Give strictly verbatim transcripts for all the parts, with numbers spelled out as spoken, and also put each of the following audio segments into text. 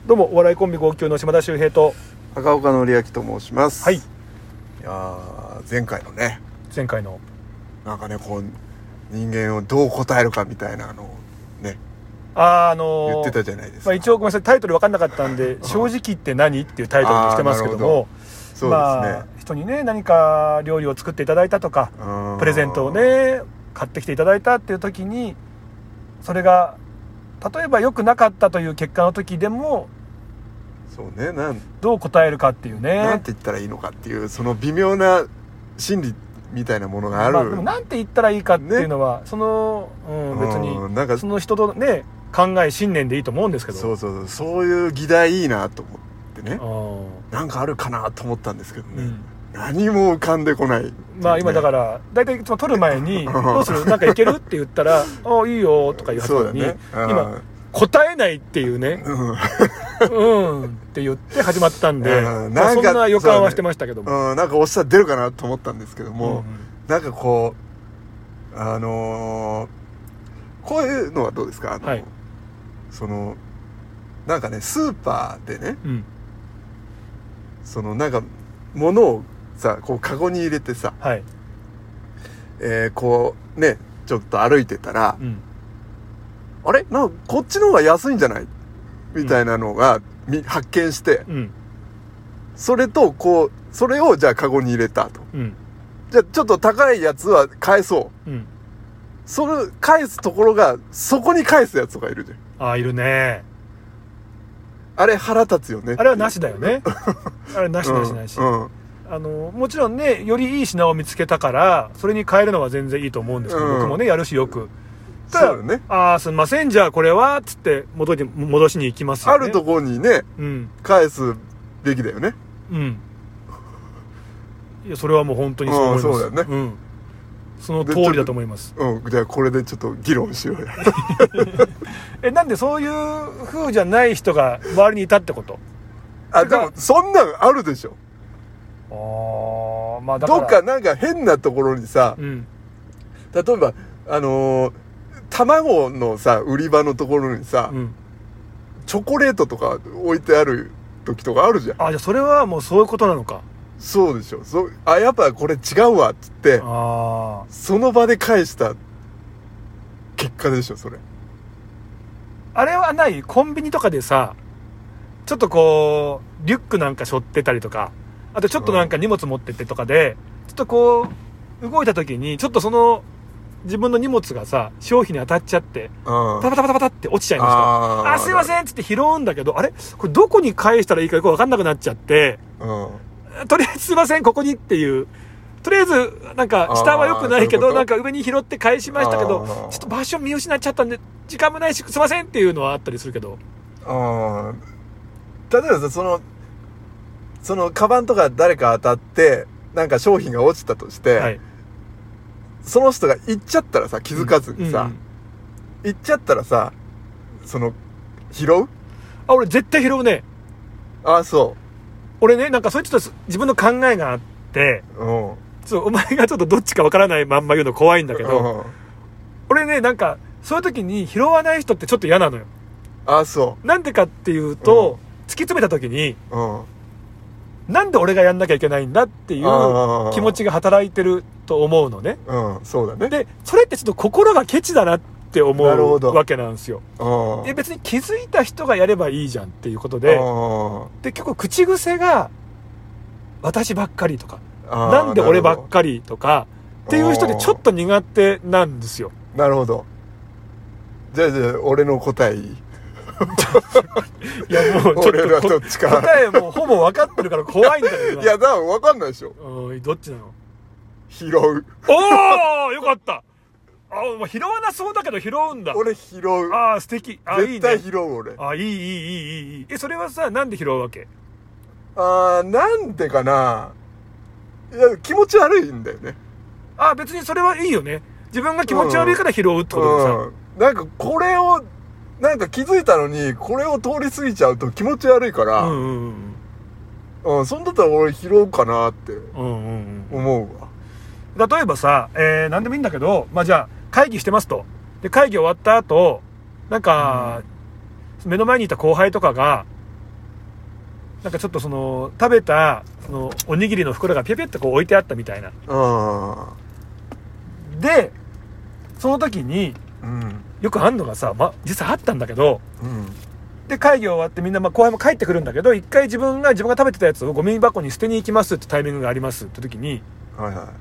どうもお笑いコンビ号泣の島田秀平と赤岡典明と申します。 はい。 いや前回のね前回のなんかねこう人間をどう答えるかみたいなのをねあ、あのー、 言ってたじゃないですか。 まあ、一応ごめんなさいタイトル分かんなかったんで正直って何っていうタイトルにしてますけども、 そうですね、 まあ、人にね何か料理を作っていただいたとかプレゼントをね買ってきていただいたっていう時にそれが例えば良くなかったという結果の時でもそうねなんどう答えるかっていうねなんて言ったらいいのかっていうその微妙な心理みたいなものがある、 まあ、でもなんて言ったらいいかっていうのは、ね、その、うん、別になんかその人とね考え信念でいいと思うんですけどそうそうそうそういう議題いいなと思ってねなんかあるかなと思ったんですけどね、うん、何も浮かんでこない、ね、 まあ今だから大体撮る前にどうするなんかいけるって言ったらあいいよとか言われたのに、ね、今答えないっていうねうん、うんって言って始まったんで、うん、なんか、まあ、そんな予感はしてましたけども、 ねうん、なんかおっしゃ出るかなと思ったんですけども、うんうん、なんかこうあのー、こういうのはどうですかあの、はい、そのなんかねスーパーでね、うん、そのなんか物をさこうカゴに入れてさ、はいえー、こうねちょっと歩いてたら、うん、あれなんかこっちの方が安いんじゃないみたいなのが、うん、発見して、うん、それとこうそれをじゃあカゴに入れたと、うん、じゃあちょっと高いやつは返そう、うん、それ返すところがそこに返すやつとかいるじゃん。 ああいるね。 あれ腹立つよね。 あれはなしだよねあれなしなしなし、うんうん、あのもちろんねよりいい品を見つけたからそれに変えるのは全然いいと思うんですけど、うん、僕もねやるしよくそうだね、ああすみませんじゃあこれはつって戻り戻しに行きますよね。 あるところにね、うん、返すべきだよね。うんいやそれはもう本当にそう思います。 そうだよね、うん、 その通りだと思います。 うんじゃあこれでちょっと議論しようよえなんでそういう風じゃない人が周りにいたってこと？ あでもそんなんあるでしょ。 あまあだからどっかなんか変なところにさ、うん、例えばあのー卵のさ売り場のところにさ、うん、チョコレートとか置いてある時とかあるじゃん。 あじゃあそれはもうそういうことなのか。 そうでしょ。そあやっぱこれ違うわっつってあその場で返した結果でしょそれ。 あれはないコンビニとかでさちょっとこうリュックなんか背負ってたりとかあとちょっとなんか荷物持ってってとかで、うん、ちょっとこう動いた時にちょっとその自分の荷物がさ商品に当たっちゃって、うん、パタパタパタパタって落ちちゃいました。ああすいませんっつって拾うんだけどあれこれどこに返したらいいかよく分かんなくなっちゃって、うん、とりあえずすいませんここにっていうとりあえずなんか下は良くないけどなんか上に拾って返しましたけどちょっと場所見失っちゃったんで時間もないしすいませんっていうのはあったりするけどあ例えばさそのそのカバンとか誰か当たってなんか商品が落ちたとして、はいその人が行っちゃったらさ気づかずにさ、うんうん、行っちゃったらさその拾う？ あ俺絶対拾うね。 あそう俺ねなんかそれちょっと自分の考えがあって、うん、そうお前がちょっとどっちかわからないまんま言うの怖いんだけど、うん、俺ねなんかそういう時に拾わない人ってちょっと嫌なのよ。 あそうなんでかっていうと、うん、突き詰めた時に、うんなんで俺がやんなきゃいけないんだっていう気持ちが働いてると思うのね。 うん、そうだね。 で、それってちょっと心がケチだなって思うわけなんですよ。で、別に気づいた人がやればいいじゃんっていうことで、で、結構口癖が私ばっかりとか、なんで俺ばっかりとかっていう人でちょっと苦手なんですよ。 なるほど。じゃあじゃあ俺の答えいいいやもうちょっとどっちか答えもうほぼ分かってるから怖いんだけどいやだから分かんないでしょ。 うんどっちなの？ 拾う。 おおよかった。あ拾わなそうだけど拾うんだ。 俺拾う。 あ素敵。あ絶対拾う俺。 あいいいいいいいいいい。えそれはさなんで拾うわけ？ あーなんでかな。いや気持ち悪いんだよね。 あ別にそれはいいよね。自分が気持ち悪いから拾うってことでさ、うんうん、 なんかこれをなんか気づいたのにこれを通り過ぎちゃうと気持ち悪いから、うんうんうん、うん、そんだったら俺拾うかなって思うわ。 例えばさ、えー、何でもいいんだけど、まあ、じゃあ会議してますと。で会議終わった後なんか、うん、目の前にいた後輩とかがなんかちょっとその食べたそのおにぎりの袋がピャピャってこう置いてあったみたいな。でその時に、うん、よくあんのがさ、ま、実際あったんだけど、うん、で会議終わってみんな、まあ、後輩も帰ってくるんだけど、一回自分が自分が食べてたやつをゴミ箱に捨てに行きますってタイミングがありますって時に、はいはい、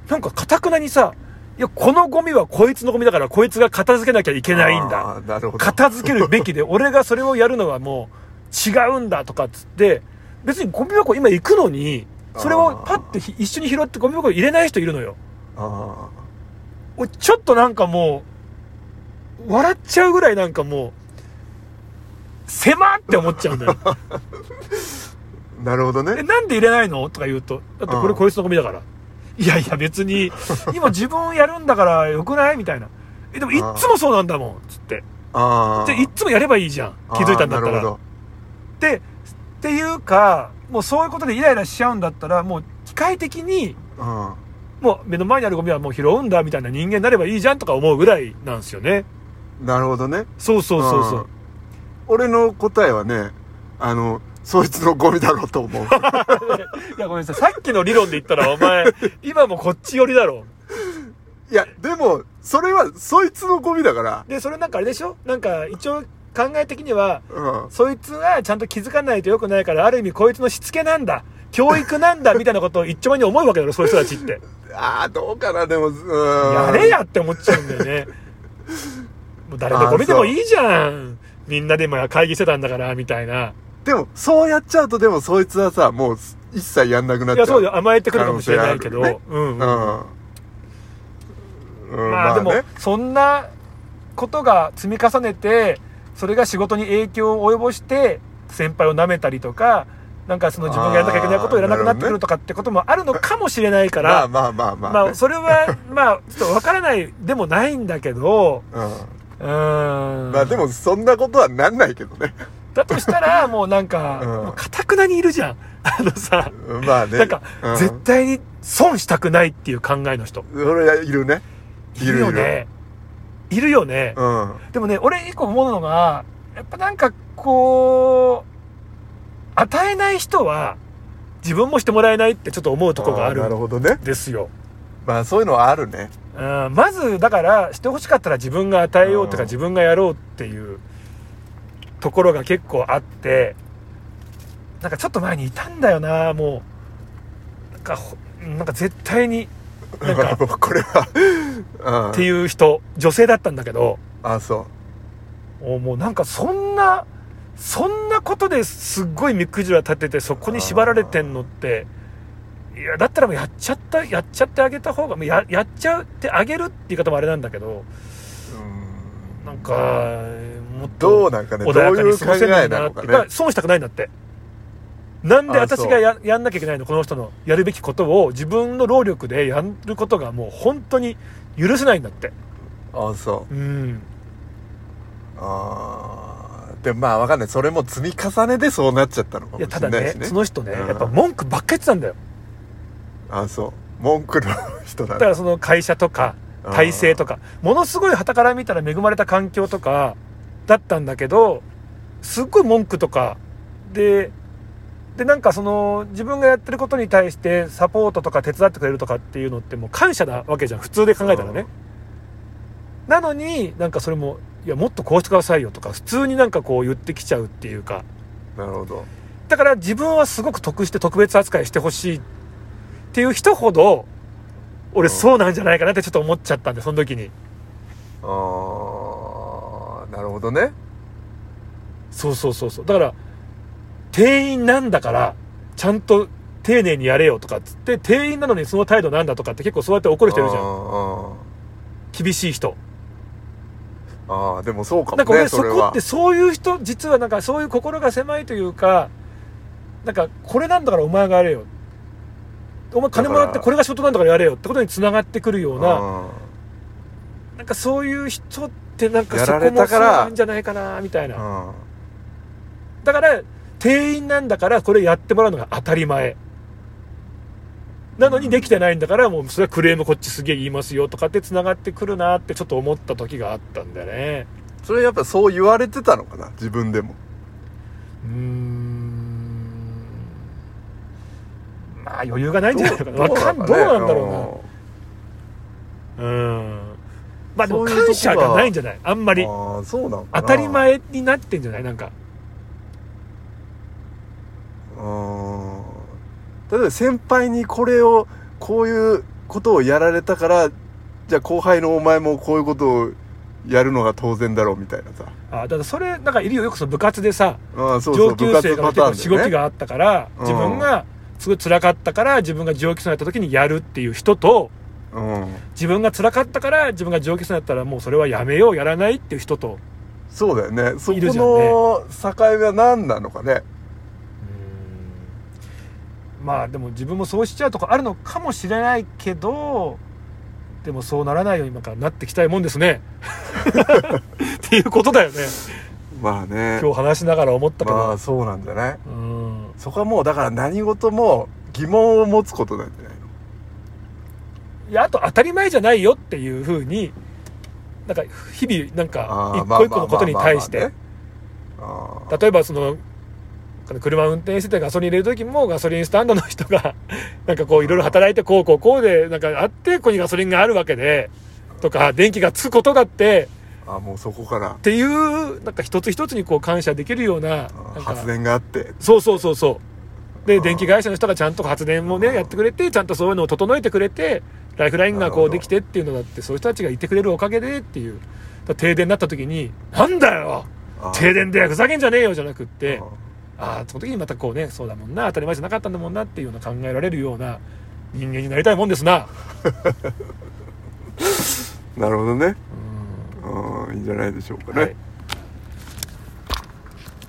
なんか堅くなにさ、いやこのゴミはこいつのゴミだからこいつが片付けなきゃいけないんだ、 なるほど、 片付けるべきで俺がそれをやるのはもう違うんだとかっつって、別にゴミ箱今行くのにそれをパッて一緒に拾ってゴミ箱に入れない人いるのよ。あ俺ちょっとなんかもう笑っちゃうぐらい、なんかもう狭って思っちゃうんだよなるほどね。 えなんで入れないのとか言うと、だってこれこいつのゴミだから、いやいや別に今自分やるんだからよくないみたいな。えでもいっつもそうなんだもんつって、あじゃあいっつもやればいいじゃん、気づいたんだったら。でっていうか、もうそういうことでイライラしちゃうんだったら、もう機械的にもう目の前にあるゴミはもう拾うんだみたいな人間になればいいじゃんとか思うぐらいなんですよね。 なるほどね。 そうそうそうそう。 俺の答えはね、あのそいつのゴミだろうと思ういやごめんなさい、さっきの理論で言ったらお前今もこっち寄りだろ。 いやでもそれはそいつのゴミだから。 でそれなんかあれでしょ、なんか一応考え的には、うん、そいつはちゃんと気づかないとよくないから、ある意味こいつのしつけなんだ、教育なんだみたいなことを一丁前に思うわけだろ、そういう人たちって。 ああどうかな、でもうーんやれやって思っちゃうんだよねもう誰のゴミでもいいじゃん、みんなでも会議してたんだからみたいな。 でもそうやっちゃうと、でもそいつはさもう一切やんなくなっちゃう。いやそうよ、甘えてくるかもしれないけど、ね、うん、うんうん、まあでも、まあね、そんなことが積み重ねて、それが仕事に影響を及ぼして先輩を舐めたりとか、なんかその自分がやらなきゃいけないことをやらなくなってくるとかってこともあるのかもしれないから、 まあまあまあまあ、ね、 まあそれはまあちょっと分からないでもないんだけど、うんうん、まあでもそんなことはなんないけどね。 だとしたらもうなんか、うん、もう堅くなにいるじゃん、あのさ、まあね、なんか、うん、絶対に損したくないっていう考えの人。 それはいるね。 いるよね。いるよね、うん、でもね俺一個思うのが、やっぱなんかこう与えない人は自分もしてもらえないってちょっと思うところがあるんですよ。 まあそういうのはあるね。 うん、まずだからしてほしかったら自分が与えようとか自分がやろうっていうところが結構あって、なんかちょっと前にいたんだよな、もうなんかなんか絶対になんかこれはっていう人、女性だったんだけど、 あそうもうなんかそんなそんなことですっごい目くじら立ててそこに縛られてんのって、いやだったらもうやっちゃったやっちゃってあげた方が、ややっちゃってあげるって言い方もあれなんだけど、うんなんかもっと穏やかに過ごせないなって、ね、損したくないんだって。なんで私が や, やんなきゃいけないの、この人のやるべきことを自分の労力でやることがもう本当に許せないんだって。 ああそう。 うん。 ああでもまあわかんない、それも積み重ねでそうなっちゃったのかもしれないし、ね、いやただねその人ね、やっぱ文句ばっかり言ってたんだよ。 ああそう文句の人だ、ね、 だからその会社とか体制とかものすごい傍から見たら恵まれた環境とかだったんだけど、すっごい文句とかででなんかその自分がやってることに対してサポートとか手伝ってくれるとかっていうのってもう感謝なわけじゃん、普通で考えたらね。なのになんかそれもいやもっとこうしてくださいよとか普通になんかこう言ってきちゃうっていうか。 なるほど。 だから自分はすごく得して特別扱いしてほしいっていう人ほど俺そうなんじゃないかなってちょっと思っちゃったんで、その時に。 ああなるほどね。 そうそうそうそう。だから店員なんだからちゃんと丁寧にやれよとかっつって、店員なのにその態度なんだとかって結構そうやって怒る人いるじゃん、厳しい人。 ああでもそうかもね。 なんか俺そこってそういう人実はなんかそういう心が狭いというか、なんかこれなんだからお前がやれよ、お前金もらってこれが仕事なんだからやれよってことに繋がってくるような、なんかそういう人ってなんかそこもそうなんじゃないかなみたいな。だから店員なんだからこれやってもらうのが当たり前なのにできてないんだから、もうそれはクレームこっちすげえ言いますよとかって繋がってくるなってちょっと思った時があったんだよね。 それやっぱそう言われてたのかな、自分でも。 うーんまあ余裕がないんじゃないのかな。 どうわかんどうなんだろうな。うんまあでも感謝がないんじゃない、あんまり。 あそうなのかな、 当たり前になってんじゃない、なんか。 うん例えば先輩にこれをこういうことをやられたから、じゃあ後輩のお前もこういうことをやるのが当然だろうみたいなさ。 あだからそれなんかいるよ、よくその部活でさ、 あそうそう上級生が結構しごきがあったから、 うん自分がすごい辛かったから自分が上級生になった時にやるっていう人と、 うん、 自分が辛かったから自分が上級生になったらもうそれはやめよう、やらないっていう人と。 そうだよね。そこいるじゃんねの境が何なのかね。 うーんまあでも自分もそうしちゃうとこあるのかもしれないけど、でもそうならないように今からなってきたいもんですねっていうことだよね。 まあね今日話しながら思ったけど、 まあそうなんじゃない。 うんそこはもうだから何事も疑問を持つことなんじゃないの。 いやあと当たり前じゃないよっていう風になんか日々なんか一個一個のことに対して例えばその車運転しててガソリン入れる時もガソリンスタンドの人がなんかこういろいろ働いてこうこうこうでなんかあってここにガソリンがあるわけでとか電気がつくことだってあもうそこからっていうなんか一つ一つにこう感謝できるような、なんか発電があってそうそうそうそうで電気会社の人がちゃんと発電もねやってくれてちゃんとそういうのを整えてくれてライフラインがこうできてっていうのだってそういう人たちがいてくれるおかげでっていう停電になった時になんだよ停電でふざけんじゃねえよじゃなくってああその時にまたこうねそうだもんな当たり前じゃなかったんだもんなっていうのを考えられるような人間になりたいもんですななるほどねうんいいんじゃないでしょうかね、 はい